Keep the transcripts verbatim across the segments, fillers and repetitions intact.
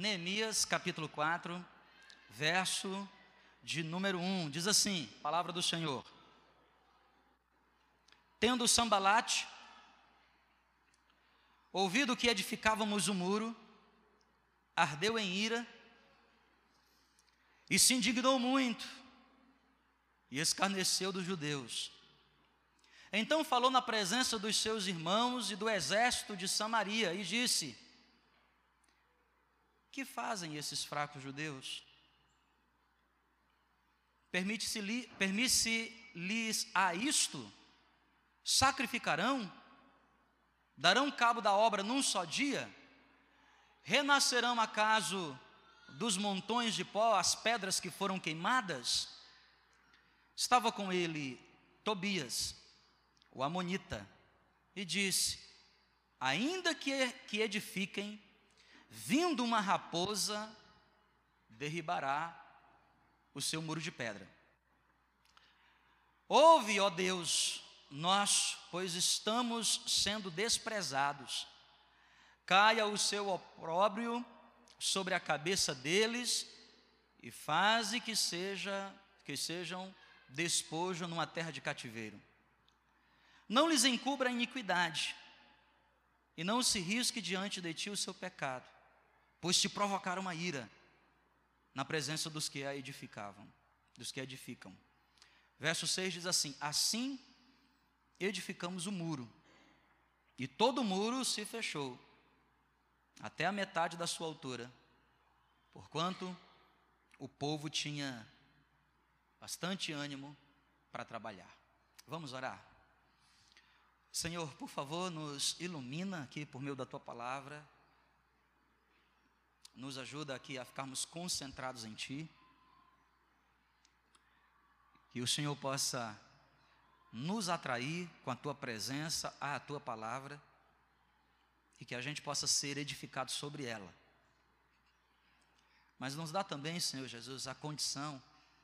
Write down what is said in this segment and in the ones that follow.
Neemias capítulo quatro, verso de número um, diz assim, palavra do Senhor. Tendo Sambalate ouvido que edificávamos o muro, ardeu em ira e se indignou muito e escarneceu dos judeus. Então falou na presença dos seus irmãos e do exército de Samaria e disse: que fazem esses fracos judeus? Permite-se-lhes permite a isto? Sacrificarão? Darão cabo da obra num só dia? Renascerão acaso dos montões de pó as pedras que foram queimadas? Estava com ele Tobias, o amonita, e disse: ainda que, que edifiquem, vindo uma raposa, derribará o seu muro de pedra. Ouve, ó Deus nosso, pois estamos sendo desprezados. Caia o seu opróbrio sobre a cabeça deles e faze que, seja, que sejam despojo numa terra de cativeiro. Não lhes encubra a iniquidade e não se risque diante de ti o seu pecado, pois te provocaram a ira na presença dos que a edificavam, dos que edificam. Verso seis diz assim: assim edificamos o muro, e todo o muro se fechou, até a metade da sua altura, porquanto o povo tinha bastante ânimo para trabalhar. Vamos orar. Senhor, por favor, nos ilumina aqui por meio da Tua palavra, nos ajuda aqui a ficarmos concentrados em Ti, que o Senhor possa nos atrair com a Tua presença, à Tua palavra, e que a gente possa ser edificado sobre ela. Mas nos dá também, Senhor Jesus, a condição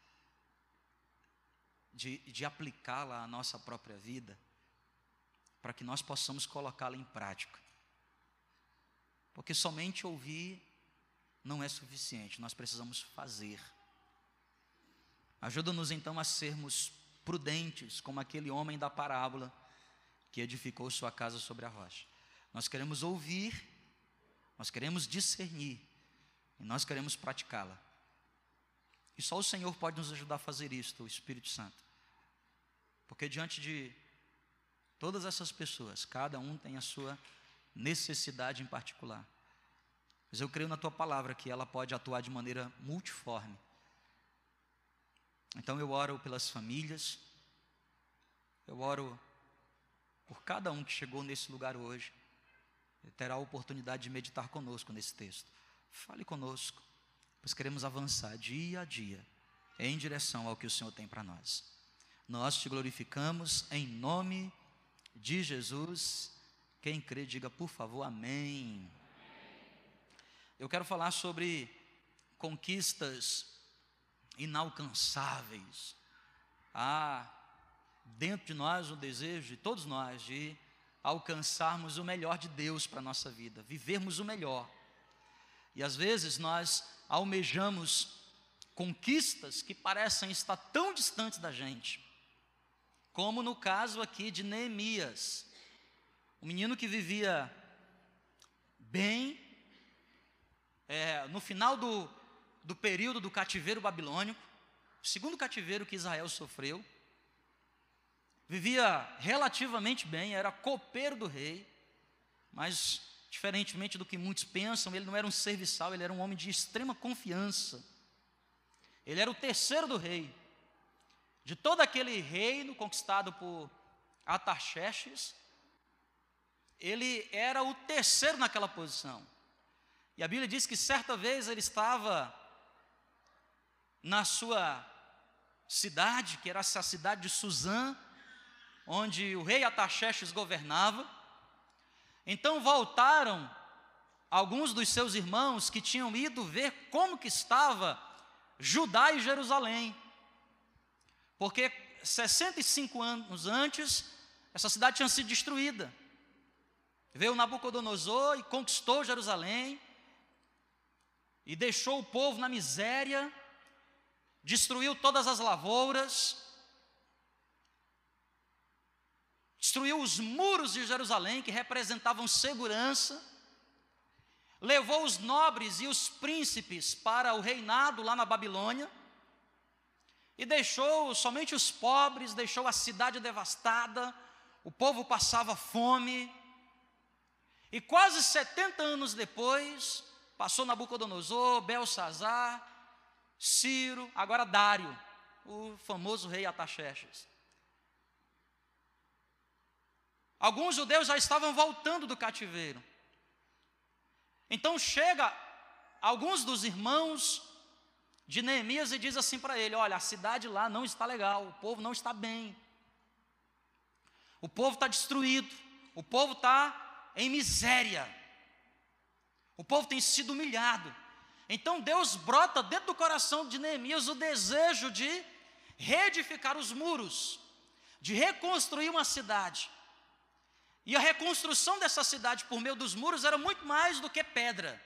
de, de aplicá-la à nossa própria vida, para que nós possamos colocá-la em prática. Porque somente ouvir não é suficiente, nós precisamos fazer. Ajuda-nos então a sermos prudentes, como aquele homem da parábola que edificou sua casa sobre a rocha. Nós queremos ouvir, nós queremos discernir, e nós queremos praticá-la. E só o Senhor pode nos ajudar a fazer isto, o Espírito Santo. Porque diante de todas essas pessoas, cada um tem a sua necessidade em particular. Mas eu creio na Tua palavra que ela pode atuar de maneira multiforme. Então eu oro pelas famílias, eu oro por cada um que chegou nesse lugar hoje, e terá a oportunidade de meditar conosco nesse texto. Fale conosco, pois queremos avançar dia a dia em direção ao que o Senhor tem para nós. Nós Te glorificamos em nome de Jesus. Quem crê, diga por favor amém. Eu quero falar sobre conquistas inalcançáveis. Há dentro de nós o desejo de todos nós de alcançarmos o melhor de Deus para a nossa vida, vivermos o melhor. E às vezes nós almejamos conquistas que parecem estar tão distantes da gente, como no caso aqui de Neemias, um menino que vivia bem, é, no final do, do período do cativeiro babilônico, o segundo cativeiro que Israel sofreu, vivia relativamente bem, era copeiro do rei, mas diferentemente do que muitos pensam, ele não era um serviçal, ele era um homem de extrema confiança. Ele era o terceiro do rei. De todo aquele reino conquistado por Artaxerxes, ele era o terceiro naquela posição. E a Bíblia diz que certa vez ele estava na sua cidade, que era a cidade de Suzã, onde o rei Artaxerxes governava. Então voltaram alguns dos seus irmãos que tinham ido ver como que estava Judá e Jerusalém, porque sessenta e cinco anos antes, essa cidade tinha sido destruída. Veio Nabucodonosor e conquistou Jerusalém, e deixou o povo na miséria, destruiu todas as lavouras, destruiu os muros de Jerusalém, que representavam segurança, levou os nobres e os príncipes para o reinado lá na Babilônia, e deixou somente os pobres, deixou a cidade devastada, o povo passava fome, e quase setenta anos depois, passou Nabucodonosor, Belsazar, Ciro, agora Dário, o famoso rei Artaxerxes. Alguns judeus já estavam voltando do cativeiro. Então chega alguns dos irmãos de Neemias e diz assim para ele: olha, a cidade lá não está legal, o povo não está bem, o povo está destruído, o povo está em miséria, o povo tem sido humilhado. Então Deus brota dentro do coração de Neemias o desejo de reedificar os muros, de reconstruir uma cidade. E a reconstrução dessa cidade por meio dos muros era muito mais do que pedra.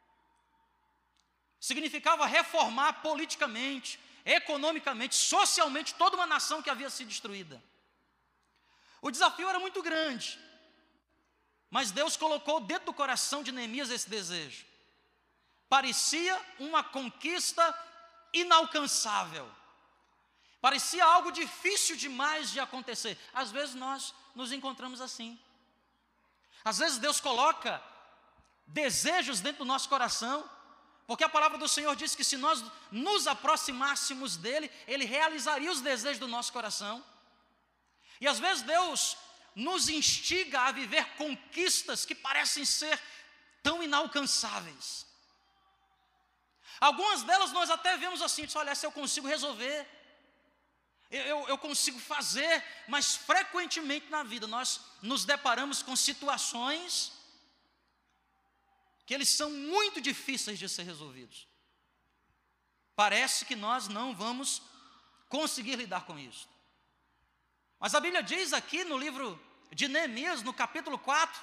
Significava reformar politicamente, economicamente, socialmente toda uma nação que havia sido destruída. O desafio era muito grande, mas Deus colocou dentro do coração de Neemias esse desejo. Parecia uma conquista inalcançável, parecia algo difícil demais de acontecer. Às vezes nós nos encontramos assim. Às vezes Deus coloca desejos dentro do nosso coração, porque a palavra do Senhor diz que se nós nos aproximássemos dEle, Ele realizaria os desejos do nosso coração. E às vezes Deus nos instiga a viver conquistas que parecem ser tão inalcançáveis. Algumas delas nós até vemos assim, olha, essa eu consigo resolver, eu, eu consigo fazer, mas frequentemente na vida nós nos deparamos com situações que eles são muito difíceis de ser resolvidos. Parece que nós não vamos conseguir lidar com isso. Mas a Bíblia diz aqui no livro de Neemias, no capítulo quatro,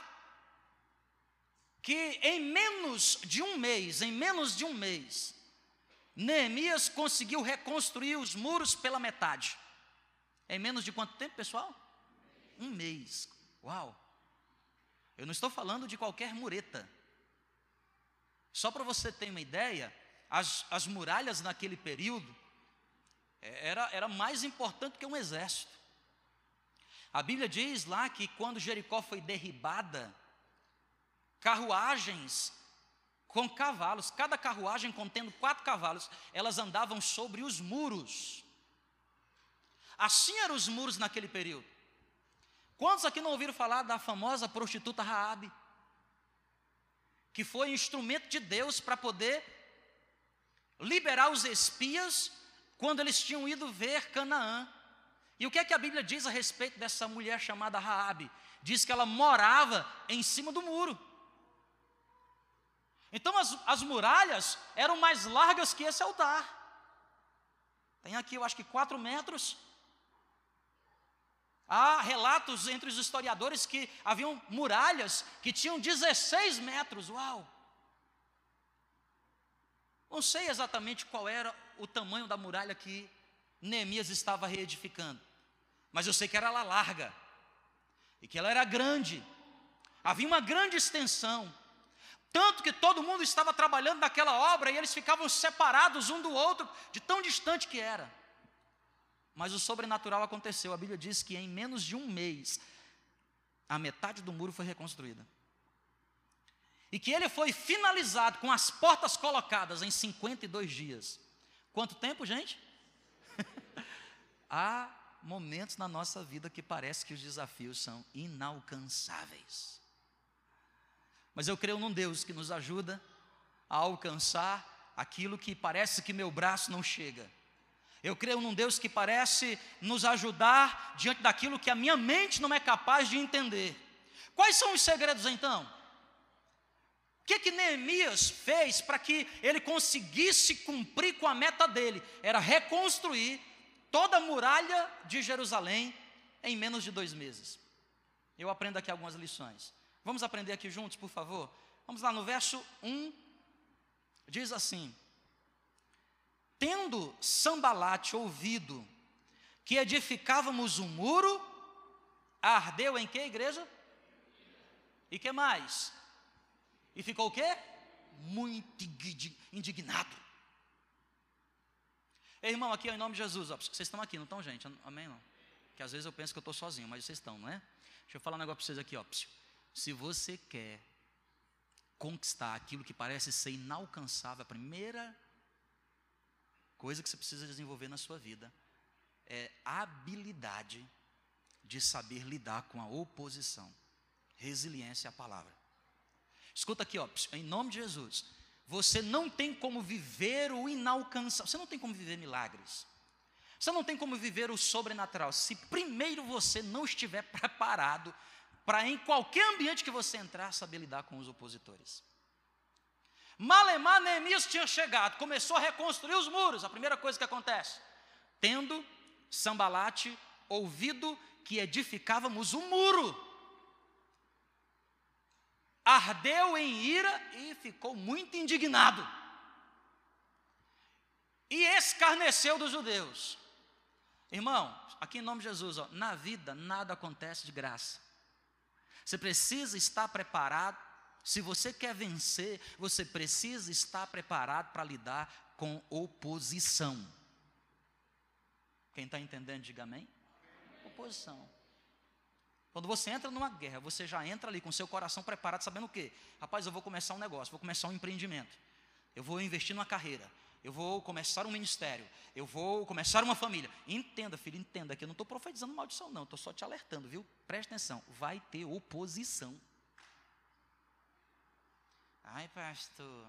que em menos de um mês, em menos de um mês, Neemias conseguiu reconstruir os muros pela metade. Em menos de quanto tempo, pessoal? Um mês. Uau! Eu não estou falando de qualquer mureta. Só para você ter uma ideia, as, as muralhas naquele período era, era mais importante que um exército. A Bíblia diz lá que quando Jericó foi derribada, carruagens com cavalos, cada carruagem contendo quatro cavalos, elas andavam sobre os muros. Assim eram os muros naquele período. Quantos aqui não ouviram falar da famosa prostituta Raabe, que foi instrumento de Deus para poder liberar os espias quando eles tinham ido ver Canaã? E o que é que a Bíblia diz a respeito dessa mulher chamada Raabe? Diz que ela morava em cima do muro. Então as, as muralhas eram mais largas que esse altar. Tem aqui, eu acho que quatro metros. Há relatos entre os historiadores que haviam muralhas que tinham dezesseis metros. Uau! Não sei exatamente qual era o tamanho da muralha que Neemias estava reedificando, mas eu sei que era ela larga e que ela era grande. Havia uma grande extensão, tanto que todo mundo estava trabalhando naquela obra e eles ficavam separados um do outro, de tão distante que era. Mas o sobrenatural aconteceu. A Bíblia diz que em menos de um mês, a metade do muro foi reconstruída. E que ele foi finalizado com as portas colocadas em cinquenta e dois dias. Quanto tempo, gente? Há momentos na nossa vida que parece que os desafios são inalcançáveis. Mas eu creio num Deus que nos ajuda a alcançar aquilo que parece que meu braço não chega. Eu creio num Deus que parece nos ajudar diante daquilo que a minha mente não é capaz de entender. Quais são os segredos então? O que que Neemias fez para que ele conseguisse cumprir com a meta dele? Era reconstruir toda a muralha de Jerusalém em menos de dois meses. Eu aprendo aqui algumas lições. Vamos aprender aqui juntos, por favor? Vamos lá no verso um diz assim: tendo Sambalate ouvido que edificávamos um muro, ardeu em que, igreja? E que mais? E ficou o quê? Muito indignado. Ei, irmão, aqui em nome de Jesus, ó, vocês estão aqui, não estão, gente? Amém, não? Que às vezes eu penso que eu estou sozinho, mas vocês estão, não é? Deixa eu falar um negócio para vocês aqui, ó. Se você quer conquistar aquilo que parece ser inalcançável, a primeira coisa que você precisa desenvolver na sua vida é a habilidade de saber lidar com a oposição. Resiliência é a palavra. Escuta aqui, ó, em nome de Jesus. Você não tem como viver o inalcançável. Você não tem como viver milagres. Você não tem como viver o sobrenatural se primeiro você não estiver preparado para, em qualquer ambiente que você entrar, saber lidar com os opositores. Malemar, Neemias tinha chegado, começou a reconstruir os muros. A primeira coisa que acontece: tendo Sambalate ouvido que edificávamos um muro, ardeu em ira e ficou muito indignado. E escarneceu dos judeus. Irmão, aqui em nome de Jesus, ó, na vida nada acontece de graça. Você precisa estar preparado. Se você quer vencer, você precisa estar preparado para lidar com oposição. Quem está entendendo, diga amém. Oposição. Quando você entra numa guerra, você já entra ali com seu coração preparado, sabendo o quê? Rapaz, eu vou começar um negócio, vou começar um empreendimento. Eu vou investir numa carreira. Eu vou começar um ministério. Eu vou começar uma família. Entenda, filho, entenda que eu não estou profetizando maldição, não. Estou só te alertando, viu? Preste atenção. Vai ter oposição. Ai, pastor,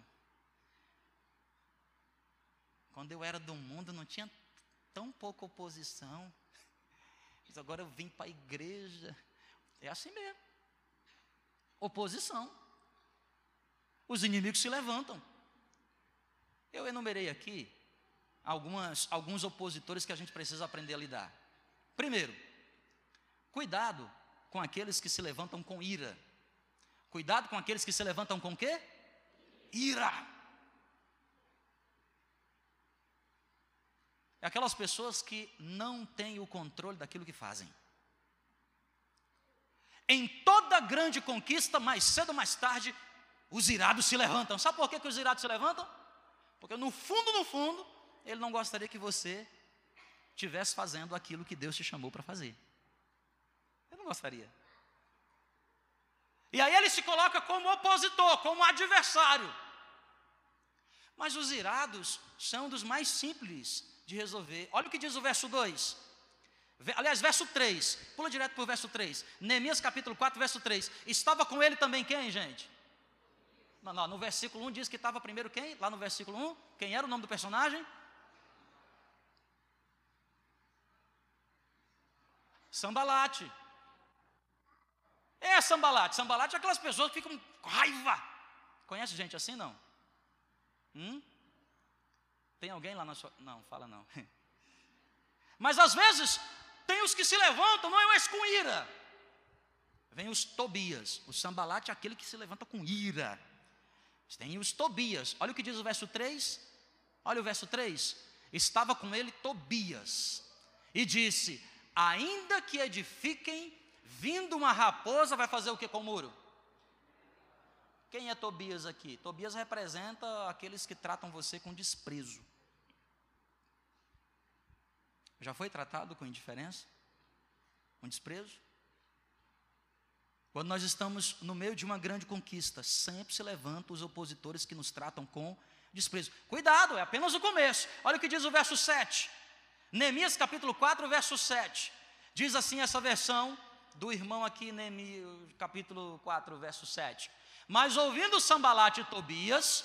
quando eu era do mundo não tinha tão pouca oposição. Agora eu vim para a igreja. É assim mesmo. Oposição. Os inimigos se levantam. Eu enumerei aqui algumas, alguns opositores que a gente precisa aprender a lidar. Primeiro, cuidado com aqueles que se levantam com ira. Cuidado com aqueles que se levantam com quê? Ira. É aquelas pessoas que não têm o controle daquilo que fazem. Em toda grande conquista, mais cedo ou mais tarde, os irados se levantam. Sabe por que, que os irados se levantam? Porque no fundo, no fundo, ele não gostaria que você estivesse fazendo aquilo que Deus te chamou para fazer. Ele não gostaria. E aí ele se coloca como opositor, como adversário. Mas os irados são dos mais simples de resolver. Olha o que diz o verso dois. Aliás, verso três. Pula direto para o verso três. Neemias capítulo quatro, verso três. Estava com ele também quem, gente? Não, não, no versículo um diz que estava primeiro quem? Lá no versículo um, quem era o nome do personagem? Sambalate. É Sambalate. Sambalate é aquelas pessoas que ficam com raiva. Conhece gente assim, não? Hum? Tem alguém lá na sua... Não, fala não. Mas às vezes, tem os que se levantam, não é mais com ira. Vem os Tobias. O Sambalate é aquele que se levanta com ira. Tem os Tobias. Olha o que diz o verso três. Olha o verso três. Estava com ele Tobias. E disse: ainda que edifiquem, vindo uma raposa, vai fazer o que com o muro? Quem é Tobias aqui? Tobias representa aqueles que tratam você com desprezo. Já foi tratado com indiferença? Com desprezo? Quando nós estamos no meio de uma grande conquista, sempre se levantam os opositores que nos tratam com desprezo. Cuidado, é apenas o começo. Olha o que diz o verso sete. Neemias capítulo quatro, verso sete. Diz assim essa versão do irmão aqui, Neemias capítulo quatro, verso sete. Mas ouvindo Sambalate e Tobias,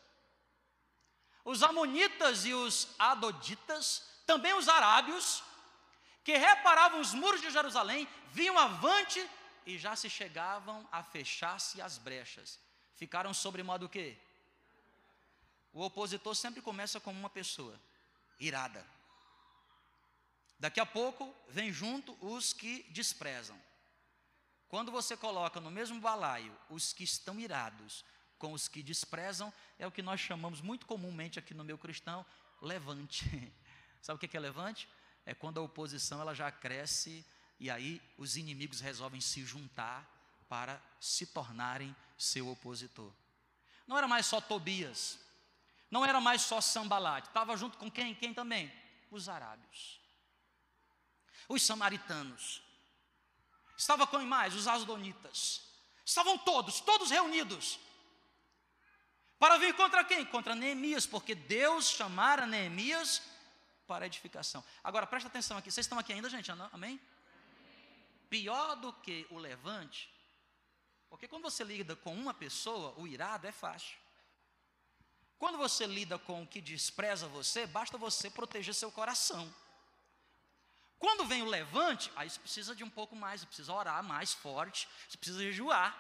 os amonitas e os adoditas, também os arábios, que reparavam os muros de Jerusalém, vinham avante e já se chegavam a fechar-se as brechas. Ficaram sobre modo o quê? O opositor sempre começa como uma pessoa irada. Daqui a pouco vem junto os que desprezam. Quando você coloca no mesmo balaio os que estão irados com os que desprezam, é o que nós chamamos muito comumente aqui no meio cristão, levante. Sabe o que é levante? É quando a oposição ela já cresce e aí os inimigos resolvem se juntar para se tornarem seu opositor. Não era mais só Tobias, não era mais só Sambalate, estava junto com quem? Quem também? Os arábios, os samaritanos, estava com mais? Os asdonitas, estavam todos, todos reunidos, para vir contra quem? Contra Neemias, porque Deus chamara Neemias para edificação. Agora presta atenção aqui, vocês estão aqui ainda, gente? Amém? Pior do que o levante, porque quando você lida com uma pessoa, o irado é fácil. Quando você lida com o que despreza você, basta você proteger seu coração. Quando vem o levante, aí você precisa de um pouco mais, você precisa orar mais forte, você precisa jejuar.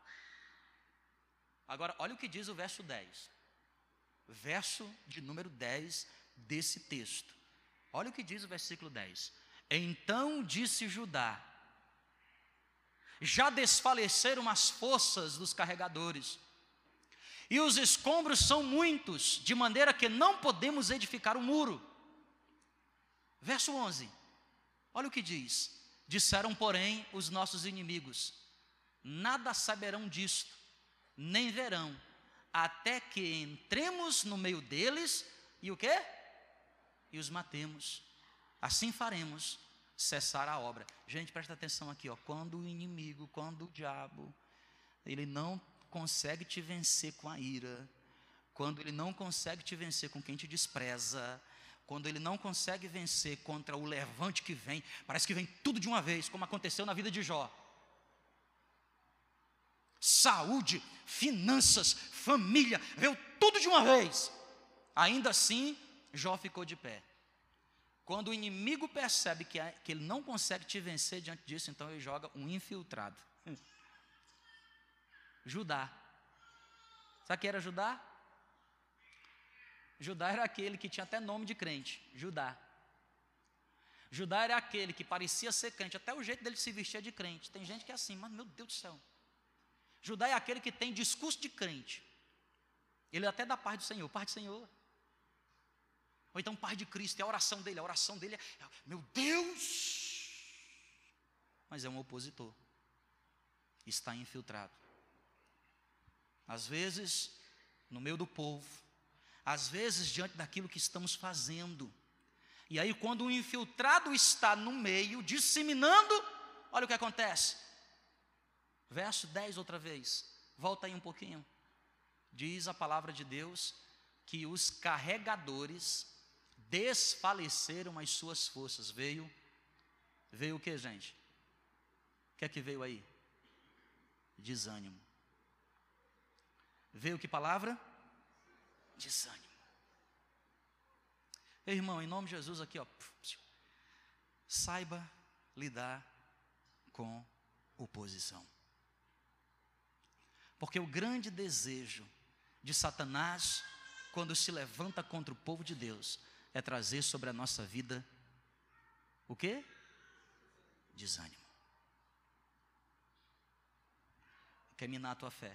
Agora, olha o que diz o verso dez. Verso de número dez desse texto. Olha o que diz o versículo dez. Então disse Judá: já desfaleceram as forças dos carregadores, e os escombros são muitos, de maneira que não podemos edificar o muro. Verso onze, olha o que diz: disseram, porém, os nossos inimigos: nada saberão disto, nem verão, até que entremos no meio deles, e o quê? E os matemos. Assim faremos cessar a obra. Gente, presta atenção aqui, ó. Quando o inimigo, quando o diabo, ele não consegue te vencer com a ira, quando ele não consegue te vencer com quem te despreza, quando ele não consegue vencer contra o levante que vem, parece que vem tudo de uma vez, como aconteceu na vida de Jó. Saúde, finanças, família, veio tudo de uma vez. Ainda assim, Jó ficou de pé. Quando o inimigo percebe que, que ele não consegue te vencer diante disso, então ele joga um infiltrado. Judá. Sabe quem era Judá? Judá era aquele que tinha até nome de crente, Judá. Judá era aquele que parecia ser crente, até o jeito dele se vestir é de crente. Tem gente que é assim, mas meu Deus do céu. Judá é aquele que tem discurso de crente. Ele até dá paz do Senhor, paz do Senhor. Ou então paz de Cristo, é a oração dele, a oração dele é, meu Deus! Mas é um opositor, está infiltrado. Às vezes, no meio do povo, às vezes diante daquilo que estamos fazendo. E aí quando o infiltrado está no meio, disseminando, olha o que acontece. Verso dez outra vez, volta aí um pouquinho. Diz a palavra de Deus que os carregadores desfaleceram as suas forças. Veio, veio o que, gente? O que é que veio aí? Desânimo. Veio que palavra? Desânimo. Irmão, em nome de Jesus aqui, ó, saiba lidar com oposição. Porque o grande desejo de Satanás, quando se levanta contra o povo de Deus, é trazer sobre a nossa vida o quê? Desânimo. Quer minar a tua fé.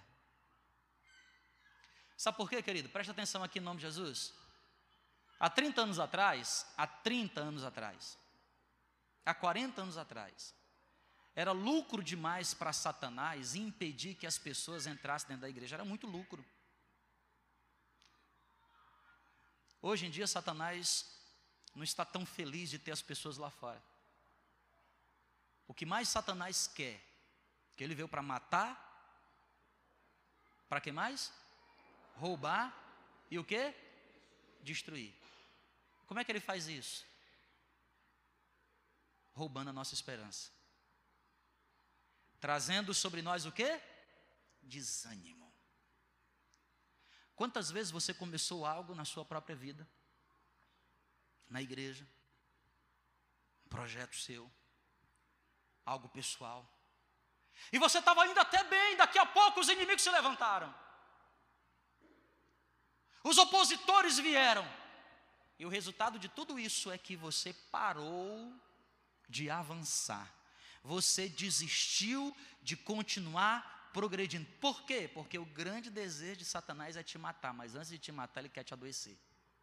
Sabe por quê, querido? Presta atenção aqui em nome de Jesus. Há trinta anos atrás, há trinta anos atrás, há quarenta anos atrás, era lucro demais para Satanás impedir que as pessoas entrassem dentro da igreja. Era muito lucro. Hoje em dia, Satanás não está tão feliz de ter as pessoas lá fora. O que mais Satanás quer? Que ele veio para matar, para que mais? Roubar e o quê? Destruir. Como é que ele faz isso? Roubando a nossa esperança. Trazendo sobre nós o quê? Desânimo. Quantas vezes você começou algo na sua própria vida? Na igreja? Um projeto seu? Algo pessoal? E você estava indo até bem, daqui a pouco os inimigos se levantaram. Os opositores vieram. E o resultado de tudo isso é que você parou de avançar. Você desistiu de continuar progredindo. Por quê? Porque o grande desejo de Satanás é te matar, mas antes de te matar, ele quer te adoecer.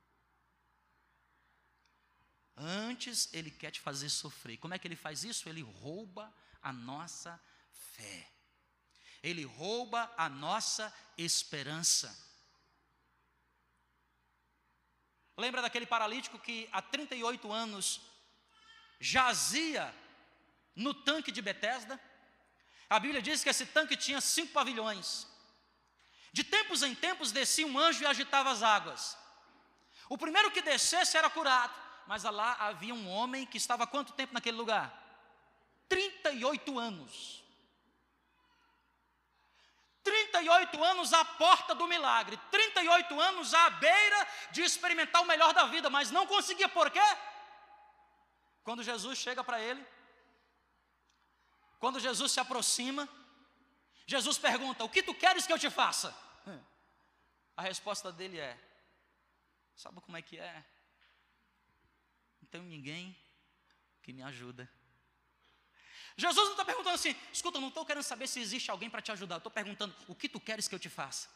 Antes, ele quer te fazer sofrer. Como é que ele faz isso? Ele rouba a nossa fé. Ele rouba a nossa esperança. Lembra daquele paralítico que há trinta e oito anos jazia no tanque de Betesda? A Bíblia diz que esse tanque tinha cinco pavilhões. De tempos em tempos descia um anjo e agitava as águas. O primeiro que descesse era curado. Mas lá havia um homem que estava há quanto tempo naquele lugar? trinta e oito anos. trinta e oito anos à porta do milagre. trinta e oito anos à beira de experimentar o melhor da vida. Mas não conseguia, por quê? Quando Jesus chega para ele, quando Jesus se aproxima, Jesus pergunta: o que tu queres que eu te faça? A resposta dele é: sabe como é que é? Não tenho ninguém que me ajuda. Jesus não está perguntando assim: escuta, eu não estou querendo saber se existe alguém para te ajudar. Eu estou perguntando: o que tu queres que eu te faça?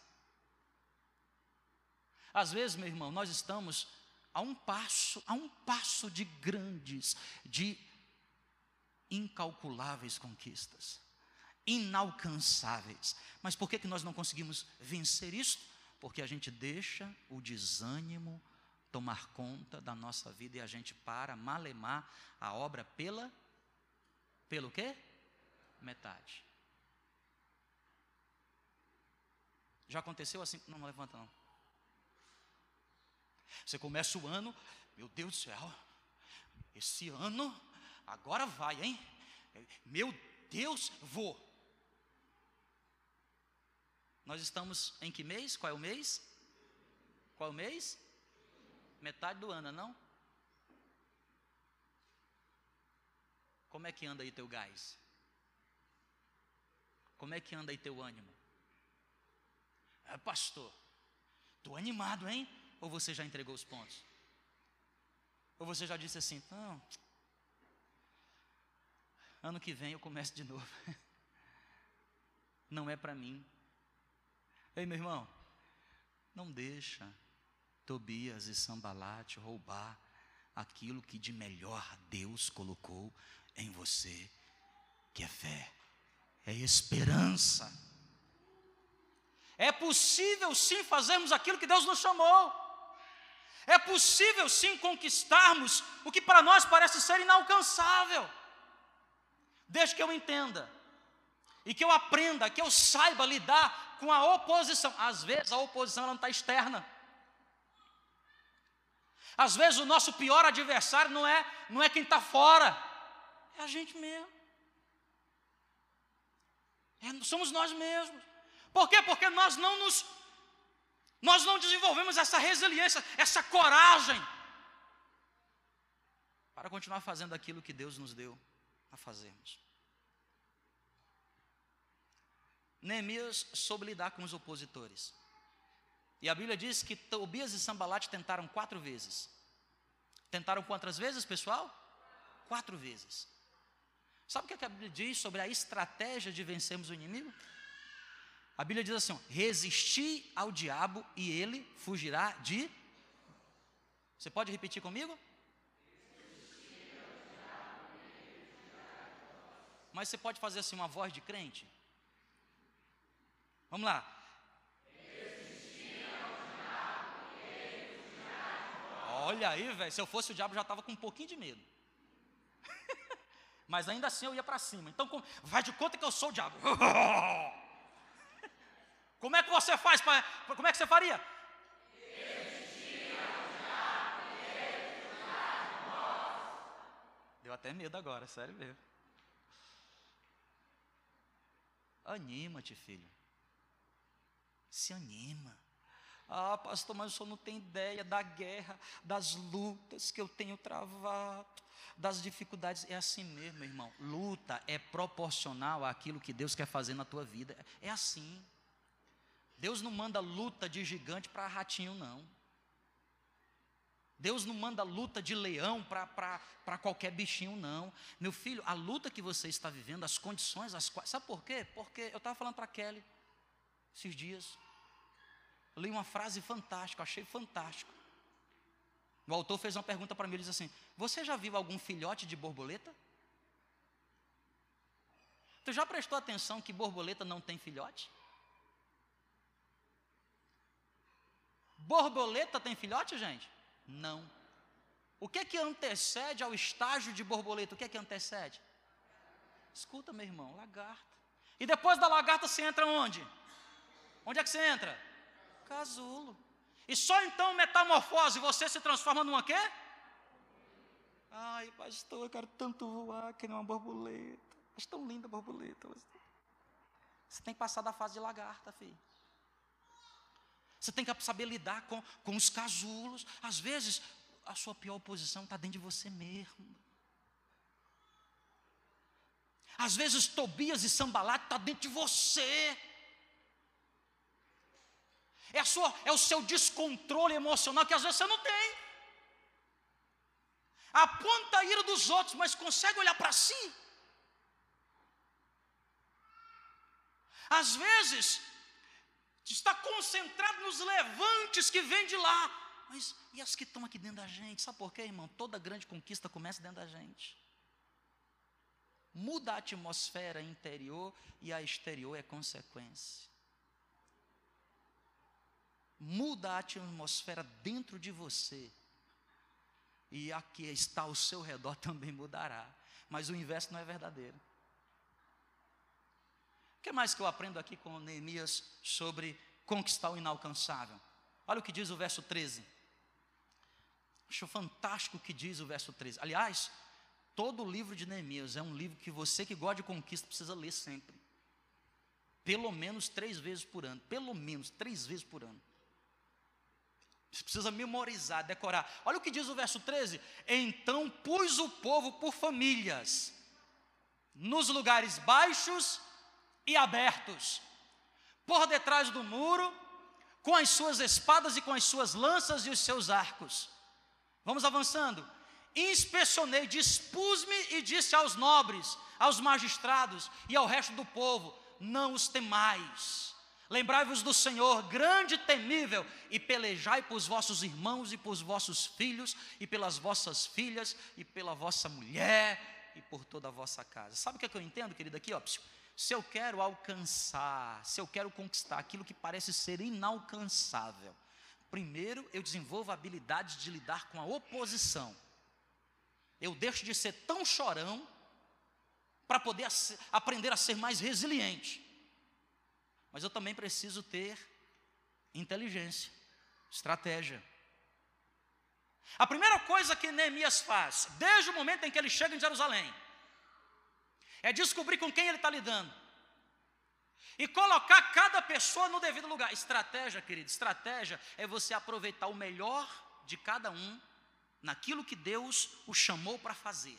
Às vezes, meu irmão, nós estamos a um passo, a um passo de grandes, de incalculáveis conquistas, inalcançáveis. Mas por que que nós não conseguimos vencer isso? Porque a gente deixa o desânimo tomar conta da nossa vida e a gente para malemar a obra pela, pelo quê? Metade. Já aconteceu assim? Não, não levanta não. Você começa o ano, meu Deus do céu, esse ano, agora vai, hein? Meu Deus, vou. Nós estamos em que mês? Qual é o mês? Qual é o mês? Metade do ano, não? Como é que anda aí teu gás? Como é que anda aí teu ânimo? É, pastor, estou animado, hein? Ou você já entregou os pontos? Ou você já disse assim: não, ano que vem eu começo de novo. Não é para mim. Ei, meu irmão, não deixa Tobias e Sambalate roubar aquilo que de melhor Deus colocou em você, que é fé, é esperança. É possível sim fazermos aquilo que Deus nos chamou. É possível sim conquistarmos o que para nós parece ser inalcançável. Desde que eu entenda e que eu aprenda, que eu saiba lidar com a oposição. Às vezes a oposição ela não está externa. Às vezes o nosso pior adversário não é, não é quem está fora, é a gente mesmo. É, somos nós mesmos. Por quê? Porque nós não nos, nós não desenvolvemos essa resiliência, essa coragem para continuar fazendo aquilo que Deus nos deu a fazermos. Neemias soube lidar com os opositores. E a Bíblia diz que Tobias e Sambalate tentaram quatro vezes. Tentaram quantas vezes, pessoal? Quatro vezes. Sabe o que a Bíblia diz sobre a estratégia de vencermos o inimigo? A Bíblia diz assim: resisti ao diabo e ele fugirá de... Você pode repetir comigo? Mas você pode fazer assim uma voz de crente? Vamos lá. Olha aí, velho, se eu fosse o diabo, eu já estava com um pouquinho de medo. Mas ainda assim eu ia para cima. Então, como, vai de conta que eu sou o diabo. Como é que você faz? Pra, como é que você faria? Deu até medo agora, sério mesmo. Anima-te, filho. Se anima. Ah, pastor, mas o senhor não tem ideia da guerra, das lutas que eu tenho travado, das dificuldades. É assim mesmo, meu irmão. Luta é proporcional àquilo que Deus quer fazer na tua vida. É assim. Deus não manda luta de gigante para ratinho, não. Deus não manda luta de leão para qualquer bichinho, não. Meu filho, a luta que você está vivendo, as condições, as quais... Sabe por quê? Porque eu estava falando para a Kelly esses dias. Eu li uma frase fantástica, eu achei fantástico. O autor fez uma pergunta para mim, ele disse assim: você já viu algum filhote de borboleta? Tu já prestou atenção que borboleta não tem filhote? Borboleta tem filhote, gente? Não. O que é que antecede ao estágio de borboleta? O que é que antecede? Escuta, meu irmão, lagarta. E depois da lagarta você entra onde? Onde é que você entra? Casulo. E só então metamorfose você se transforma numa quê? Ai, pastor, eu quero tanto voar que nem uma borboleta. Mas tão linda a borboleta. Você tem que passar da fase de lagarta, filho. Você tem que saber lidar com, com os casulos. Às vezes, a sua pior oposição está dentro de você mesmo. Às vezes, Tobias e Sambalate estão dentro de você. É, a sua, é o seu descontrole emocional que às vezes você não tem. Aponta a ira dos outros, mas consegue olhar para si. Às vezes, está concentrado nos levantes que vêm de lá. Mas e as que estão aqui dentro da gente? Sabe por quê, irmão? Toda grande conquista começa dentro da gente. Muda a atmosfera interior e a exterior é consequência. Muda a atmosfera dentro de você. E a que está ao seu redor também mudará. Mas o inverso não é verdadeiro. O que mais que eu aprendo aqui com Neemias sobre conquistar o inalcançável? Olha o que diz o verso treze. Acho fantástico o que diz o verso treze. Aliás, todo o livro de Neemias é um livro que você que gosta de conquista precisa ler sempre. Pelo menos três vezes por ano. Pelo menos três vezes por ano. Você precisa memorizar, decorar. Olha o que diz o verso treze. Então pus o povo por famílias, nos lugares baixos e abertos, por detrás do muro, com as suas espadas e com as suas lanças e os seus arcos. Vamos avançando. Inspecionei, dispus-me e disse aos nobres, aos magistrados e ao resto do povo: não os temais. Lembrai-vos do Senhor, grande e temível, e pelejai por vossos irmãos e por vossos filhos, e pelas vossas filhas, e pela vossa mulher, e por toda a vossa casa. Sabe o que, é que eu entendo, querido, aqui? Ó, se eu quero alcançar, se eu quero conquistar aquilo que parece ser inalcançável, primeiro eu desenvolvo a habilidade de lidar com a oposição. Eu deixo de ser tão chorão, para poder aprender a ser mais resiliente. Mas eu também preciso ter inteligência, estratégia. A primeira coisa que Neemias faz, desde o momento em que ele chega em Jerusalém, é descobrir com quem ele está lidando. E colocar cada pessoa no devido lugar. Estratégia, querido, estratégia é você aproveitar o melhor de cada um, naquilo que Deus o chamou para fazer.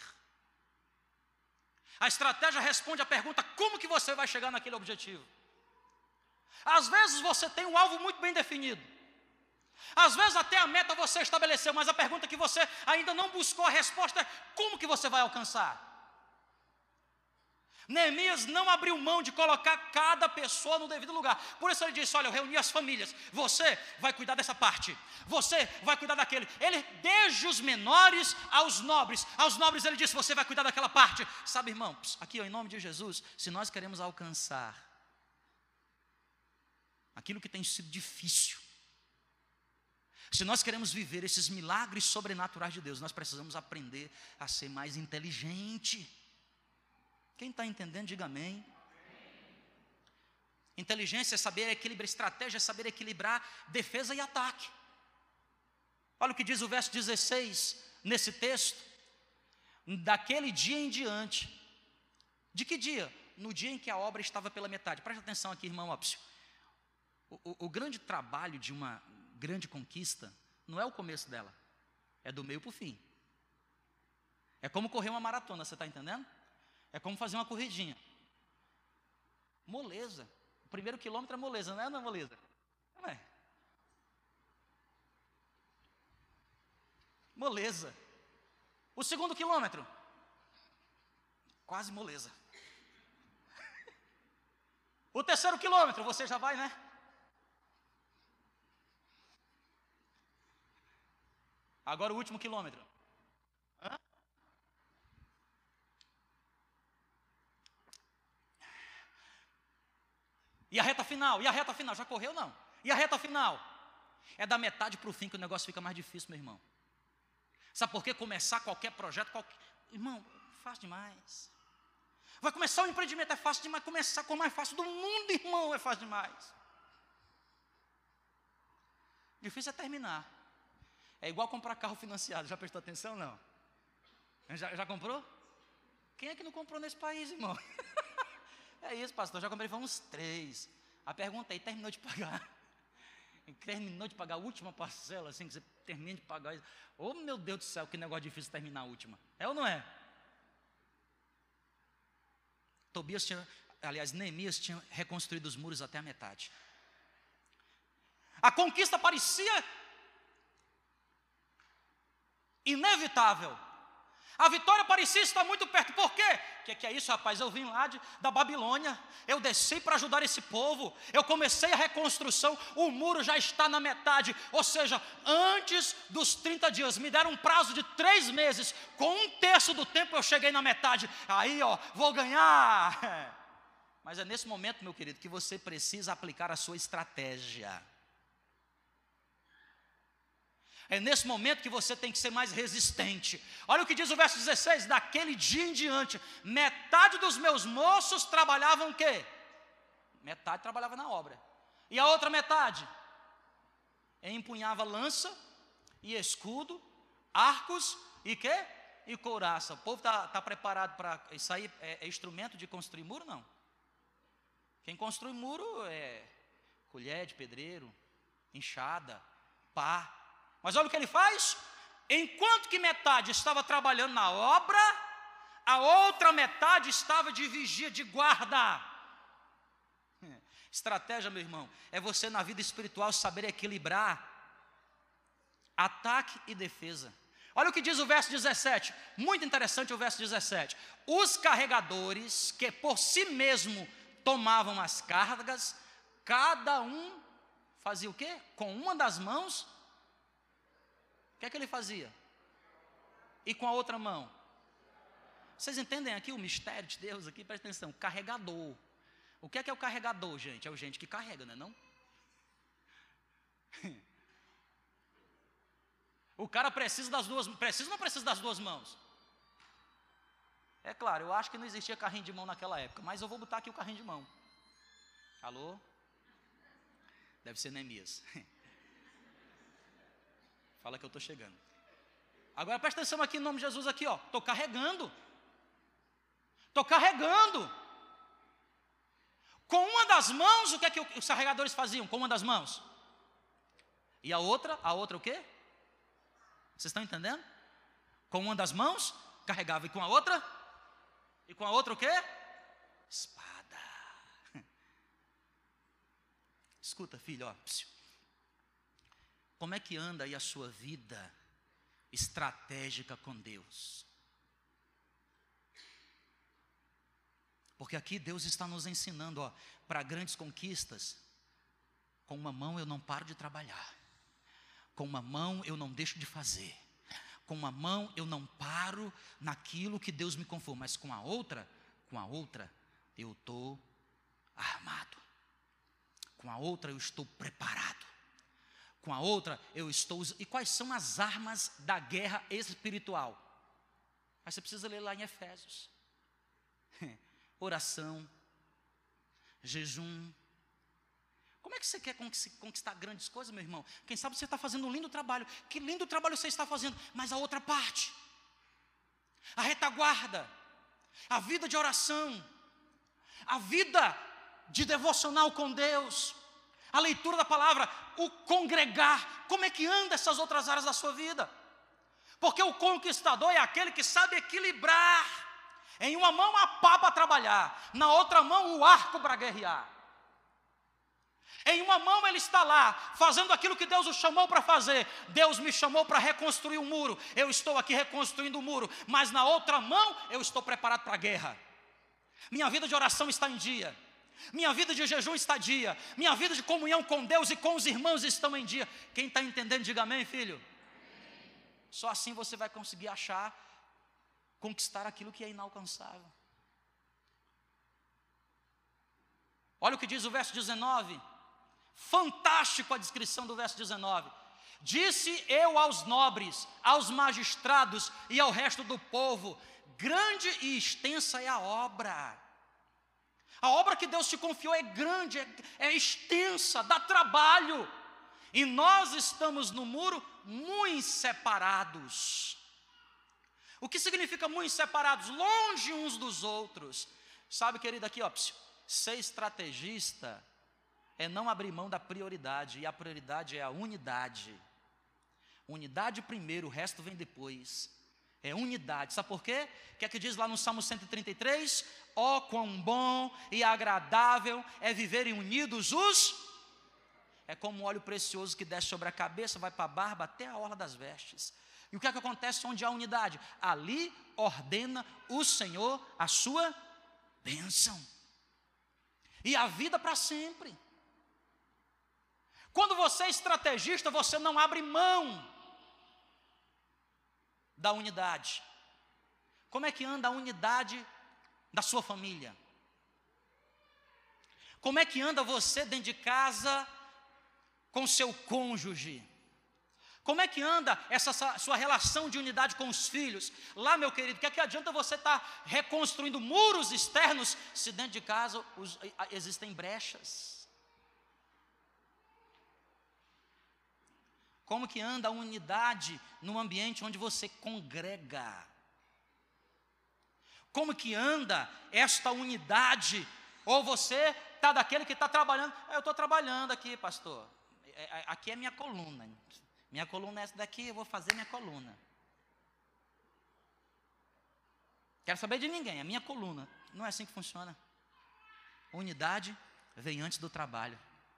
A estratégia responde à pergunta: como que você vai chegar naquele objetivo? Às vezes você tem um alvo muito bem definido. Às vezes até a meta você estabeleceu, mas a pergunta que você ainda não buscou a resposta é: como que você vai alcançar? Neemias não abriu mão de colocar cada pessoa no devido lugar. Por isso ele disse: olha, eu reuni as famílias. Você vai cuidar dessa parte, você vai cuidar daquele. Ele, desde os menores aos nobres, aos nobres ele disse: você vai cuidar daquela parte. Sabe, irmão, aqui ó, em nome de Jesus, se nós queremos alcançar aquilo que tem sido difícil, se nós queremos viver esses milagres sobrenaturais de Deus, nós precisamos aprender a ser mais inteligente. Quem está entendendo, diga amém. Inteligência é saber equilibrar, estratégia é saber equilibrar defesa e ataque. Olha o que diz o verso dezesseis nesse texto. Daquele dia em diante. De que dia? No dia em que a obra estava pela metade. Presta atenção aqui, irmão óbvio. O, o, o grande trabalho de uma grande conquista não é o começo dela, é do meio para o fim. É como correr uma maratona, você está entendendo? É como fazer uma corridinha. Moleza. O primeiro quilômetro é moleza, não é, não é moleza? Não é. moleza. O segundo quilômetro, quase moleza. O terceiro quilômetro, você já vai, né? Agora o último quilômetro. Hã? E a reta final? E a reta final? Já correu, não? E a reta final? É da metade para o fim que o negócio fica mais difícil, meu irmão. Sabe por quê? Começar qualquer projeto, qualquer... irmão, fácil demais. Vai começar um empreendimento, é fácil demais. Começar com o mais fácil do mundo, irmão, é fácil demais. Difícil é terminar. É igual comprar carro financiado. Já prestou atenção, não? Já, já comprou? Quem é que não comprou nesse país, irmão? É isso, pastor, já comprei uns três. A pergunta aí, terminou de pagar? Terminou de pagar a última parcela, assim, que você termina de pagar. Oh, meu Deus do céu, que negócio difícil terminar a última. É ou não é? Tobias tinha, aliás, Neemias tinha reconstruído os muros até a metade. A conquista parecia inevitável. A vitória parecia estar muito perto. Por quê? O que, que é isso, rapaz? Eu vim lá de, da Babilônia, eu desci para ajudar esse povo, eu comecei a reconstrução, o muro já está na metade. Ou seja, antes dos trinta dias, me deram um prazo de três meses, com um terço do tempo eu cheguei na metade. Aí, ó, vou ganhar. Mas é nesse momento, meu querido, que você precisa aplicar a sua estratégia. É nesse momento que você tem que ser mais resistente. Olha o que diz o verso dezesseis: daquele dia em diante, metade dos meus moços trabalhavam o quê? Metade trabalhava na obra. E a outra metade? Empunhava lança e escudo, arcos e quê? E couraça. O povo está tá preparado para isso aí? É, é instrumento de construir muro? Não. Quem constrói muro é colher de pedreiro, enxada, pá. Mas olha o que ele faz: enquanto que metade estava trabalhando na obra, a outra metade estava de vigia, de guarda. Estratégia, meu irmão, é você na vida espiritual saber equilibrar ataque e defesa. Olha o que diz o verso dezessete, muito interessante o verso dezessete. Os carregadores que por si mesmo tomavam as cargas, cada um fazia o quê? Com uma das mãos. O que é que ele fazia? E com a outra mão? Vocês entendem aqui o mistério de Deus aqui? Presta atenção, carregador. O que é que é o carregador, gente? É o gente que carrega, não é não? O cara precisa das duas, precisa ou não precisa das duas mãos? É claro, eu acho que não existia carrinho de mão naquela época, mas eu vou botar aqui o carrinho de mão. Alô? Deve ser Neemias. Fala que eu estou chegando. Agora presta atenção aqui em nome de Jesus aqui, ó. Estou carregando. Estou carregando. Com uma das mãos, o que é que os carregadores faziam? Com uma das mãos. E a outra, a outra o quê? Vocês estão entendendo? Com uma das mãos, carregava. E com a outra? E com a outra o quê? Espada. Escuta, filho, ó. Como é que anda aí a sua vida estratégica com Deus? Porque aqui Deus está nos ensinando, ó, para grandes conquistas. Com uma mão eu não paro de trabalhar. Com uma mão eu não deixo de fazer. Com uma mão eu não paro naquilo que Deus me conforma. Mas com a outra, com a outra eu estou armado. Com a outra eu estou preparado. Com a outra eu estou... E quais são as armas da guerra espiritual? Mas você precisa ler lá em Efésios. Oração, jejum. Como é que você quer conquistar grandes coisas, meu irmão? Quem sabe você está fazendo um lindo trabalho. Que lindo trabalho você está fazendo. Mas a outra parte, a retaguarda, a vida de oração, a vida de devocional com Deus, a leitura da palavra, o congregar. Como é que anda essas outras áreas da sua vida? Porque o conquistador é aquele que sabe equilibrar. Em uma mão a pá para trabalhar, na outra mão o arco para guerrear. Em uma mão ele está lá, fazendo aquilo que Deus o chamou para fazer. Deus me chamou para reconstruir o muro, eu estou aqui reconstruindo o muro. Mas na outra mão, eu estou preparado para a guerra. Minha vida de oração está em dia, minha vida de jejum está em dia, minha vida de comunhão com Deus e com os irmãos estão em dia. Quem está entendendo, diga amém, filho. Só assim você vai conseguir achar, conquistar aquilo que é inalcançável. Olha o que diz o verso dezenove. Fantástico a descrição do verso dezenove. Disse eu aos nobres, aos magistrados e ao resto do povo: grande e extensa é a obra. A obra que Deus te confiou é grande, é, é extensa, dá trabalho. E nós estamos no muro muito separados. O que significa muito separados? Longe uns dos outros. Sabe, querido, aqui ó, ser estrategista é não abrir mão da prioridade. E a prioridade é a unidade. Unidade primeiro, o resto vem depois. É unidade, sabe por quê? O que é que diz lá no Salmo cento e trinta e três? Ó, quão bom e agradável é viverem unidos os... É como um óleo precioso que desce sobre a cabeça, vai para a barba até a orla das vestes. E o que é que acontece onde há unidade? Ali ordena o Senhor a sua bênção. E a vida para sempre. Quando você é estrategista, você não abre mão da unidade. Como é que anda a unidade da sua família? Como é que anda você dentro de casa com seu cônjuge? Como é que anda essa sua relação de unidade com os filhos? Lá, meu querido, que é que adianta você estar reconstruindo muros externos se dentro de casa os, existem brechas? Como que anda a unidade no ambiente onde você congrega? Como que anda esta unidade? Ou você está daquele que está trabalhando? Eu estou trabalhando aqui, pastor. Aqui é minha coluna. Minha coluna é essa daqui, eu vou fazer minha coluna. Quero saber de ninguém, é minha coluna. Não é assim que funciona. Unidade vem antes do trabalho.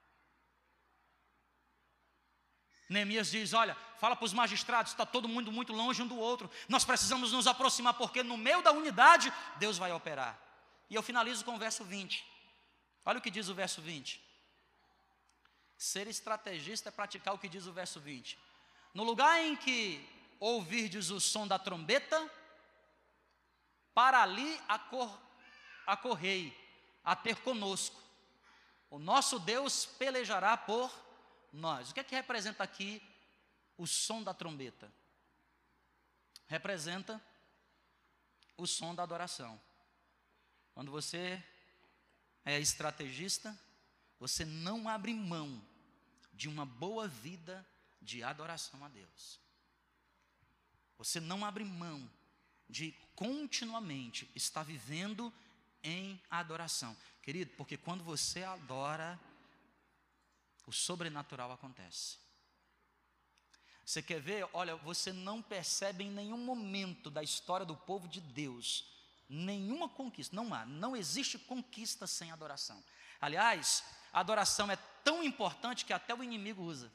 Neemias diz, olha, fala para os magistrados, está todo mundo muito longe um do outro, nós precisamos nos aproximar, porque no meio da unidade, Deus vai operar. E eu finalizo com o verso vinte, olha o que diz o verso vinte, ser estrategista é praticar o que diz o verso vinte, no lugar em que ouvirdes o som da trombeta, para ali acor, acorrei, a ter conosco, o nosso Deus pelejará por nós. O que é que representa aqui o som da trombeta? Representa o som da adoração. Quando você é estrategista, você não abre mão de uma boa vida de adoração a Deus. Você não abre mão de continuamente estar vivendo em adoração. Querido, porque quando você adora, o sobrenatural acontece. Você quer ver? Olha, você não percebe em nenhum momento da história do povo de Deus nenhuma conquista. Não há, não existe conquista sem adoração. Aliás, a adoração é tão importante que até o inimigo usa.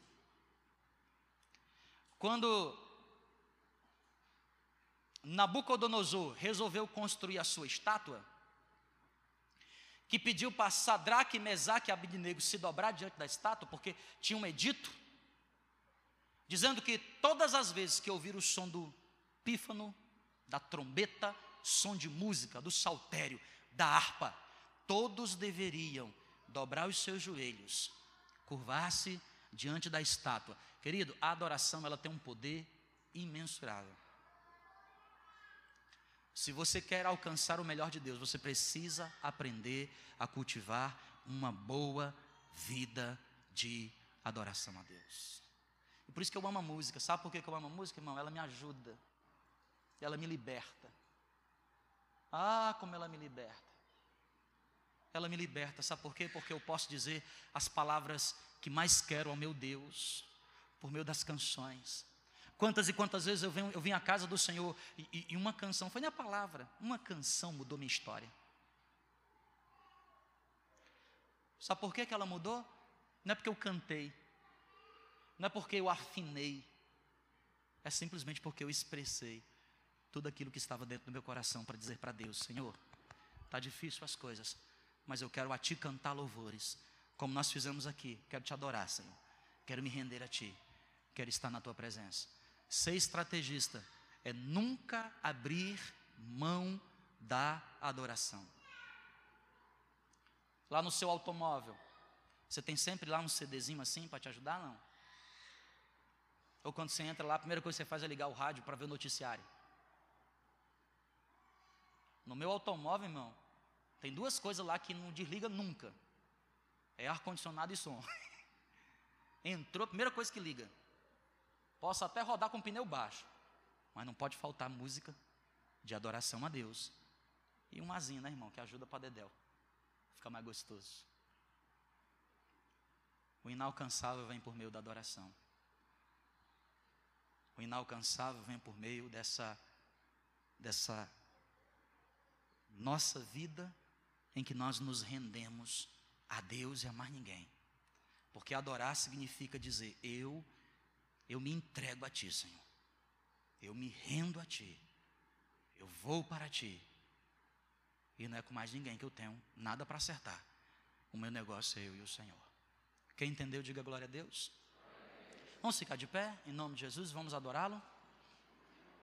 Quando Nabucodonosor resolveu construir a sua estátua, que pediu para Sadraque, Mesaque e Abednego se dobrar diante da estátua, porque tinha um edito, dizendo que todas as vezes que ouvir o som do pífano, da trombeta, som de música, do saltério, da harpa, todos deveriam dobrar os seus joelhos, curvar-se diante da estátua. Querido, a adoração ela tem um poder imensurável. Se você quer alcançar o melhor de Deus, você precisa aprender a cultivar uma boa vida de adoração a Deus. E por isso que eu amo a música. Sabe por que eu amo a música, irmão? Ela me ajuda. Ela me liberta. Ah, como ela me liberta. Ela me liberta, sabe por quê? Porque eu posso dizer as palavras que mais quero ao meu Deus, por meio das canções. Quantas e quantas vezes eu vim, eu vim à casa do Senhor e, e, e uma canção, foi minha palavra, uma canção mudou minha história. Sabe por que que ela mudou? Não é porque eu cantei, não é porque eu afinei, é simplesmente porque eu expressei tudo aquilo que estava dentro do meu coração para dizer para Deus: Senhor, está difícil as coisas, mas eu quero a Ti cantar louvores, como nós fizemos aqui. Quero Te adorar, Senhor, quero me render a Ti, quero estar na Tua presença. Ser estrategista é nunca abrir mão da adoração. Lá no seu automóvel, você tem sempre lá um CDzinho assim para te ajudar, não? Ou quando você entra lá, a primeira coisa que você faz é ligar o rádio para ver o noticiário. No meu automóvel, irmão, tem duas coisas lá que não desliga nunca. É ar-condicionado e som. Entrou, primeira coisa que liga. Posso até rodar com pneu baixo, mas não pode faltar música de adoração a Deus. E um azinho, né, irmão, que ajuda para dedéu. Fica mais gostoso. O inalcançável vem por meio da adoração. O inalcançável vem por meio dessa, dessa nossa vida em que nós nos rendemos a Deus e a mais ninguém. Porque adorar significa dizer: eu, eu me entrego a Ti, Senhor. Eu me rendo a Ti. Eu vou para Ti. E não é com mais ninguém que eu tenho nada para acertar. O meu negócio é eu e o Senhor. Quem entendeu, diga glória a Deus. Vamos ficar de pé, em nome de Jesus, vamos adorá-lo.